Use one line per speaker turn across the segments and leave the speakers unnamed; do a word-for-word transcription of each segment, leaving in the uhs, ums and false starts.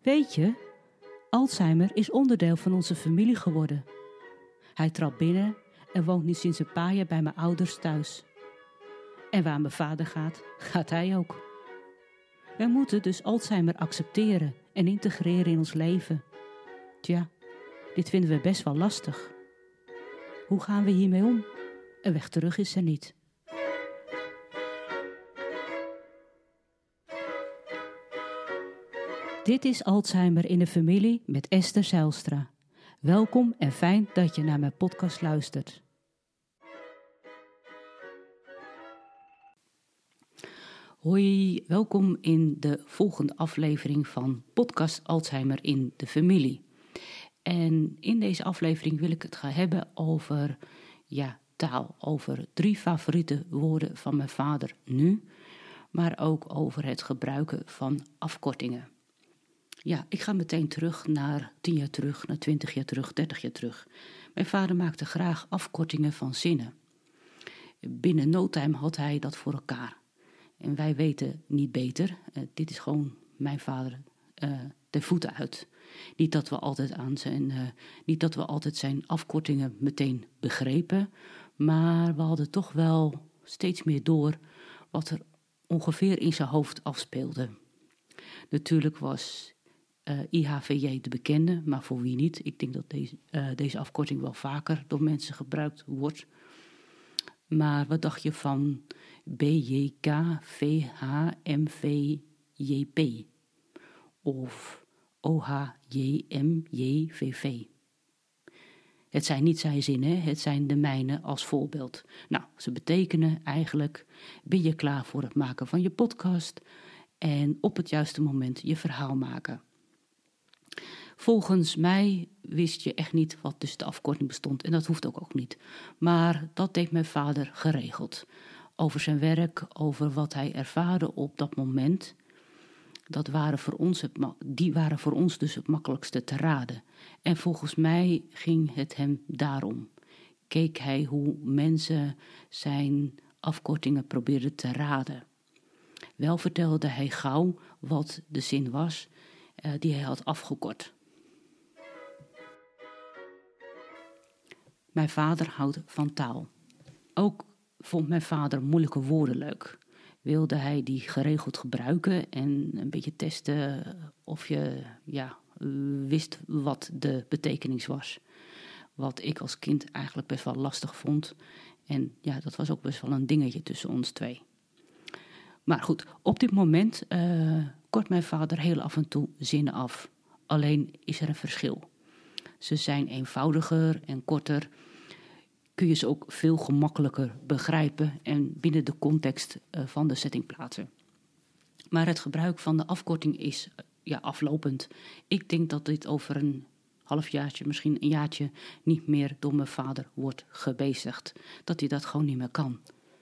Weet je, Alzheimer is onderdeel van onze familie geworden. Hij trad binnen en woont nu sinds een paar jaar bij mijn ouders thuis. En waar mijn vader gaat, gaat hij ook. Wij moeten dus Alzheimer accepteren en integreren in ons leven. Tja, dit vinden we best wel lastig. Hoe gaan we hiermee om? Een weg terug is er niet. Dit is Alzheimer in de familie met Esther Zijlstra. Welkom en fijn dat je naar mijn podcast luistert. Hoi, welkom in de volgende aflevering van podcast Alzheimer in de familie. En in deze aflevering wil ik het gaan hebben over ja, taal, over drie favoriete woorden van mijn vader nu, maar ook over het gebruiken van afkortingen. Ja, ik ga meteen terug naar tien jaar terug, naar twintig jaar terug, dertig jaar terug. Mijn vader maakte graag afkortingen van zinnen. Binnen no time had hij dat voor elkaar. En wij weten niet beter. Uh, dit is gewoon mijn vader uh, de voeten uit. Niet dat we altijd aan zijn, uh, niet dat we altijd zijn afkortingen meteen begrepen, maar we hadden toch wel steeds meer door wat er ongeveer in zijn hoofd afspeelde. Natuurlijk was uh, I H V J de bekende, maar voor wie niet? Ik denk dat deze, uh, deze afkorting wel vaker door mensen gebruikt wordt. Maar wat dacht je van B J K V H M V J P of O H J M J V V? Het zijn niet zijn zinnen, het zijn de mijne als voorbeeld. Nou, ze betekenen eigenlijk, ben je klaar voor het maken van je podcast en op het juiste moment je verhaal maken. Volgens mij wist je echt niet wat dus de afkorting bestond en dat hoeft ook, ook niet. Maar dat deed mijn vader geregeld. Over zijn werk, over wat hij ervaarde op dat moment. Dat waren voor ons het, die waren voor ons dus het makkelijkste te raden. En volgens mij ging het hem daarom. Keek hij hoe mensen zijn afkortingen probeerden te raden. Wel vertelde hij gauw wat de zin was uh, die hij had afgekort. Mijn vader houdt van taal. Ook vond mijn vader moeilijke woorden leuk. Wilde hij die geregeld gebruiken en een beetje testen of je ja, wist wat de betekenis was. Wat ik als kind eigenlijk best wel lastig vond. En ja, dat was ook best wel een dingetje tussen ons twee. Maar goed, op dit moment uh, kort mijn vader heel af en toe zinnen af. Alleen is er een verschil. Ze zijn eenvoudiger en korter. Kun je ze ook veel gemakkelijker begrijpen en binnen de context uh, van de setting plaatsen. Maar het gebruik van de afkorting is uh, ja, aflopend. Ik denk dat dit over een halfjaartje, misschien een jaartje, niet meer door mijn vader wordt gebezigd. Dat hij dat gewoon niet meer kan.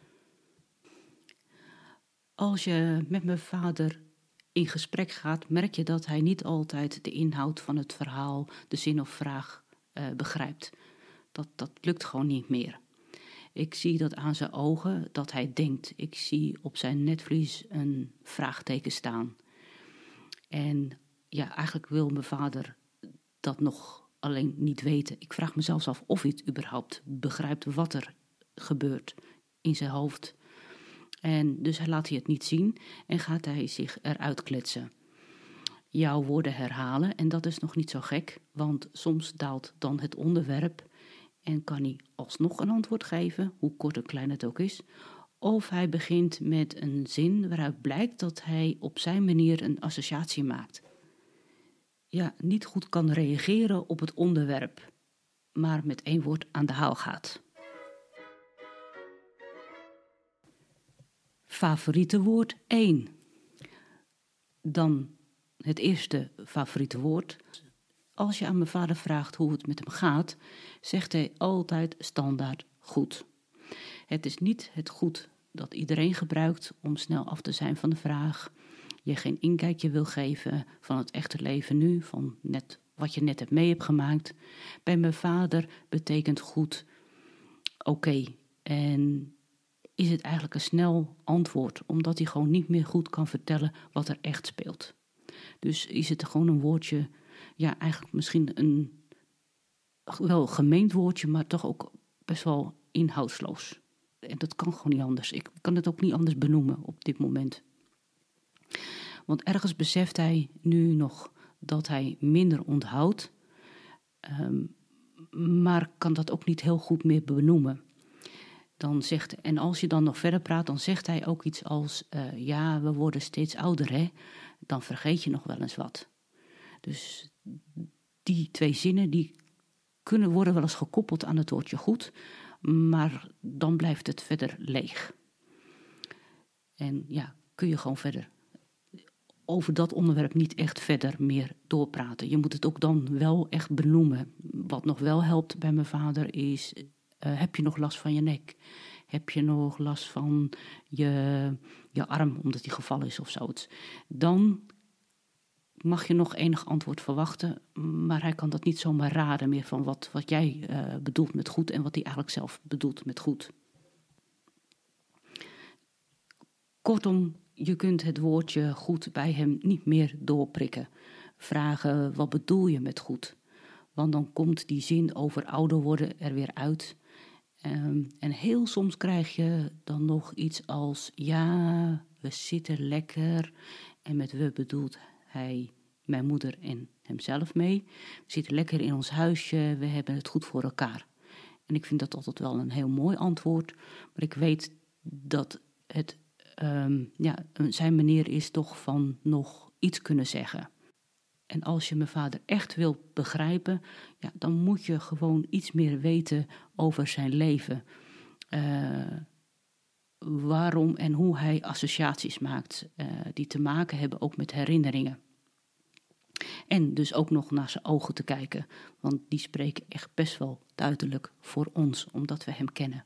Als je met mijn vader in gesprek gaat, merk je dat hij niet altijd de inhoud van het verhaal, de zin of vraag uh, begrijpt. Dat, dat lukt gewoon niet meer. Ik zie dat aan zijn ogen, dat hij denkt. Ik zie op zijn netvlies een vraagteken staan. En ja, eigenlijk wil mijn vader dat nog alleen niet weten. Ik vraag me zelfs af of hij het überhaupt begrijpt wat er gebeurt in zijn hoofd. En dus hij laat hij het niet zien en gaat hij zich eruit kletsen. Jouw woorden herhalen en dat is nog niet zo gek, want soms daalt dan het onderwerp en kan hij alsnog een antwoord geven, hoe kort en klein het ook is. Of hij begint met een zin waaruit blijkt dat hij op zijn manier een associatie maakt. Ja, niet goed kan reageren op het onderwerp, maar met één woord aan de haal gaat. Favoriete woord één. Dan het eerste favoriete woord. Als je aan mijn vader vraagt hoe het met hem gaat, zegt hij altijd standaard goed. Het is niet het goed dat iedereen gebruikt om snel af te zijn van de vraag. Je geen inkijkje wil geven van het echte leven nu, van net wat je net hebt mee hebt gemaakt. Bij mijn vader betekent goed oké. Okay. En is het eigenlijk een snel antwoord, omdat hij gewoon niet meer goed kan vertellen wat er echt speelt. Dus is het gewoon een woordje, ja, eigenlijk misschien een wel gemeend woordje, maar toch ook best wel inhoudsloos. En dat kan gewoon niet anders. Ik kan het ook niet anders benoemen op dit moment. Want ergens beseft hij nu nog dat hij minder onthoudt, um, maar kan dat ook niet heel goed meer benoemen. Dan zegt, en als je dan nog verder praat, dan zegt hij ook iets als, uh, ja, we worden steeds ouder, hè? Dan vergeet je nog wel eens wat. Dus die twee zinnen, die kunnen worden wel eens gekoppeld aan het woordje goed, maar dan blijft het verder leeg. En ja, kun je gewoon verder over dat onderwerp niet echt verder meer doorpraten. Je moet het ook dan wel echt benoemen. Wat nog wel helpt bij mijn vader is, uh, heb je nog last van je nek? Heb je nog last van je, je arm, omdat die gevallen is of zoiets? Dan mag je nog enig antwoord verwachten, maar hij kan dat niet zomaar raden meer van wat, wat jij uh, bedoelt met goed en wat hij eigenlijk zelf bedoelt met goed. Kortom, je kunt het woordje goed bij hem niet meer doorprikken. Vragen, wat bedoel je met goed? Want dan komt die zin over ouder worden er weer uit. Um, en heel soms krijg je dan nog iets als, ja, we zitten lekker. En met we bedoelt hij mijn moeder en hemzelf mee. We zitten lekker in ons huisje, we hebben het goed voor elkaar. En ik vind dat altijd wel een heel mooi antwoord. Maar ik weet dat het um, ja, zijn manier is toch van nog iets kunnen zeggen. En als je mijn vader echt wil begrijpen, ja, dan moet je gewoon iets meer weten over zijn leven. Uh, waarom en hoe hij associaties maakt, uh, die te maken hebben ook met herinneringen. En dus ook nog naar zijn ogen te kijken, want die spreken echt best wel duidelijk voor ons, omdat we hem kennen.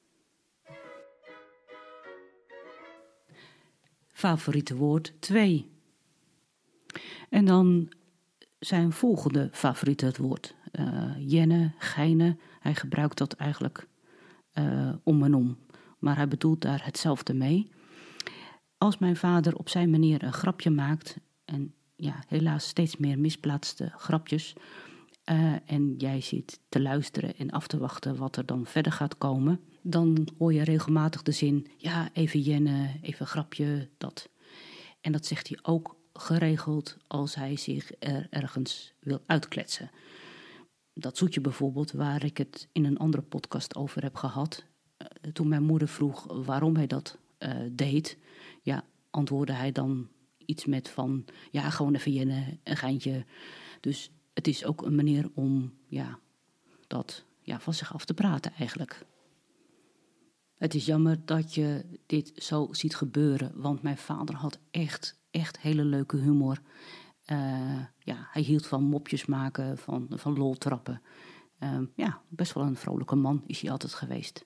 Favoriete woord twee. En dan zijn volgende favoriete woord. Uh, jenne, geine. Hij gebruikt dat eigenlijk uh, om en om. Maar hij bedoelt daar hetzelfde mee. Als mijn vader op zijn manier een grapje maakt, en ja, helaas steeds meer misplaatste grapjes, uh, en jij zit te luisteren en af te wachten wat er dan verder gaat komen, dan hoor je regelmatig de zin, ja, even jenne, even grapje, dat. En dat zegt hij ook geregeld als hij zich er ergens wil uitkletsen. Dat zoetje bijvoorbeeld, waar ik het in een andere podcast over heb gehad. Uh, toen mijn moeder vroeg waarom hij dat uh, deed, ja, antwoordde hij dan iets met van, ja, gewoon even jennen, een geintje. Dus het is ook een manier om, ja, dat ja, van zich af te praten eigenlijk. Het is jammer dat je dit zo ziet gebeuren, want mijn vader had echt, echt hele leuke humor. Uh, ja, hij hield van mopjes maken, van, van lol trappen. Uh, ja, best wel een vrolijke man is hij altijd geweest.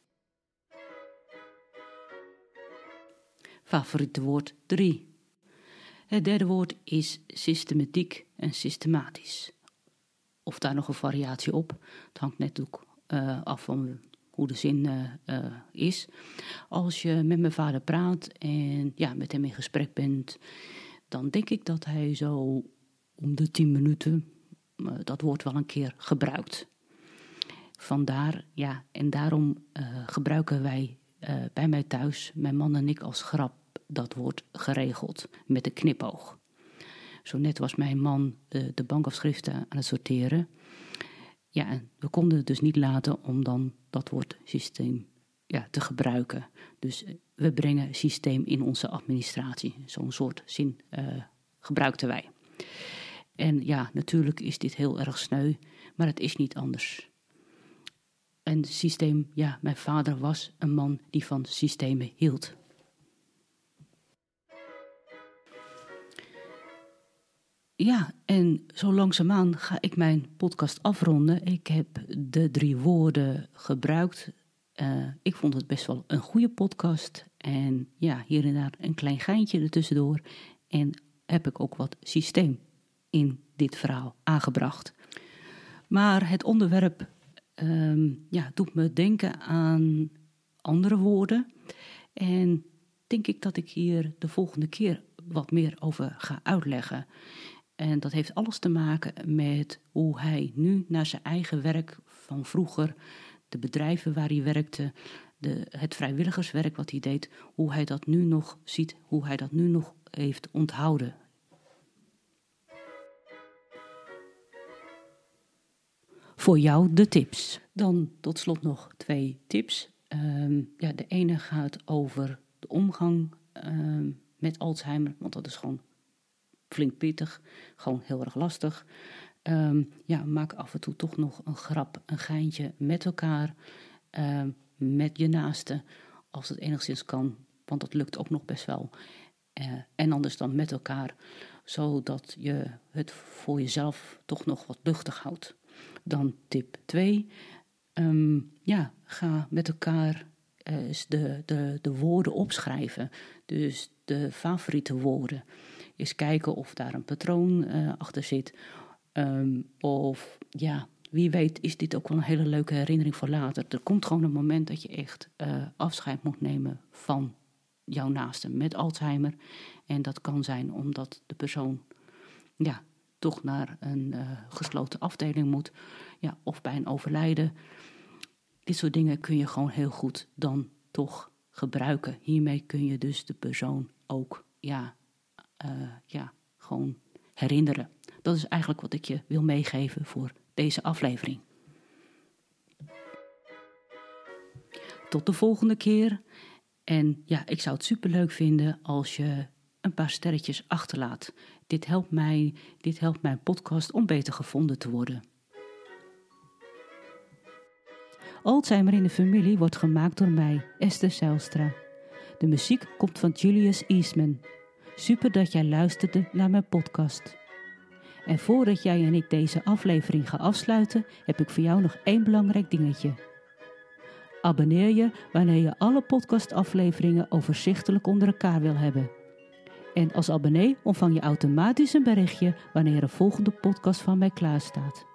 Favoriete woord drie. Het derde woord is systematiek en systematisch. Of daar nog een variatie op. Het hangt net ook uh, af van hoe de zin uh, uh, is. Als je met mijn vader praat en ja, met hem in gesprek bent, dan denk ik dat hij zo om de tien minuten uh, dat woord wel een keer gebruikt. Vandaar, ja, en daarom uh, gebruiken wij uh, bij mij thuis, mijn man en ik als grap, dat woord geregeld, met een knipoog. Zo net was mijn man uh, de bankafschriften aan het sorteren. Ja, en we konden het dus niet laten om dan dat woord systeem ja, te gebruiken. Dus we brengen systeem in onze administratie. Zo'n soort zin uh, gebruikten wij. En ja, natuurlijk is dit heel erg sneu, maar het is niet anders. En systeem, ja, mijn vader was een man die van systemen hield. Ja, en zo langzaamaan ga ik mijn podcast afronden. Ik heb de drie woorden gebruikt. Uh, ik vond het best wel een goede podcast. En ja, hier en daar een klein geintje ertussendoor. En heb ik ook wat systeem in dit verhaal aangebracht. Maar het onderwerp um, ja, doet me denken aan andere woorden. En denk ik dat ik hier de volgende keer wat meer over ga uitleggen. En dat heeft alles te maken met hoe hij nu naar zijn eigen werk van vroeger, de bedrijven waar hij werkte, de, het vrijwilligerswerk wat hij deed, hoe hij dat nu nog ziet, hoe hij dat nu nog heeft onthouden. Voor jou de tips. Dan tot slot nog twee tips. Um, ja, de ene gaat over de omgang um, met Alzheimer, want dat is gewoon flink pittig, gewoon heel erg lastig. Um, ja, maak af en toe toch nog een grap, een geintje met elkaar, um, met je naaste, als het enigszins kan, want dat lukt ook nog best wel. Uh, en anders dan met elkaar, zodat je het voor jezelf toch nog wat luchtig houdt. Dan tip twee, um, ja, ga met elkaar uh, de, de, de woorden opschrijven, dus de favoriete woorden. Eens kijken of daar een patroon uh, achter zit. Um, of ja, wie weet is dit ook wel een hele leuke herinnering voor later. Er komt gewoon een moment dat je echt uh, afscheid moet nemen van jouw naaste met Alzheimer. En dat kan zijn omdat de persoon ja, toch naar een uh, gesloten afdeling moet. Ja, of bij een overlijden. Dit soort dingen kun je gewoon heel goed dan toch gebruiken. Hiermee kun je dus de persoon ook ja, uh, ja, gewoon herinneren. Dat is eigenlijk wat ik je wil meegeven voor deze aflevering. Tot de volgende keer. En ja, ik zou het superleuk vinden als je een paar sterretjes achterlaat. Dit helpt mij, dit helpt mijn podcast om beter gevonden te worden. Alzheimer in de familie wordt gemaakt door mij, Esther Zijlstra. De muziek komt van Julius Eastman. Super dat jij luisterde naar mijn podcast. En voordat jij en ik deze aflevering gaan afsluiten, heb ik voor jou nog één belangrijk dingetje. Abonneer je wanneer je alle podcastafleveringen overzichtelijk onder elkaar wil hebben. En als abonnee ontvang je automatisch een berichtje wanneer een volgende podcast van mij klaar staat.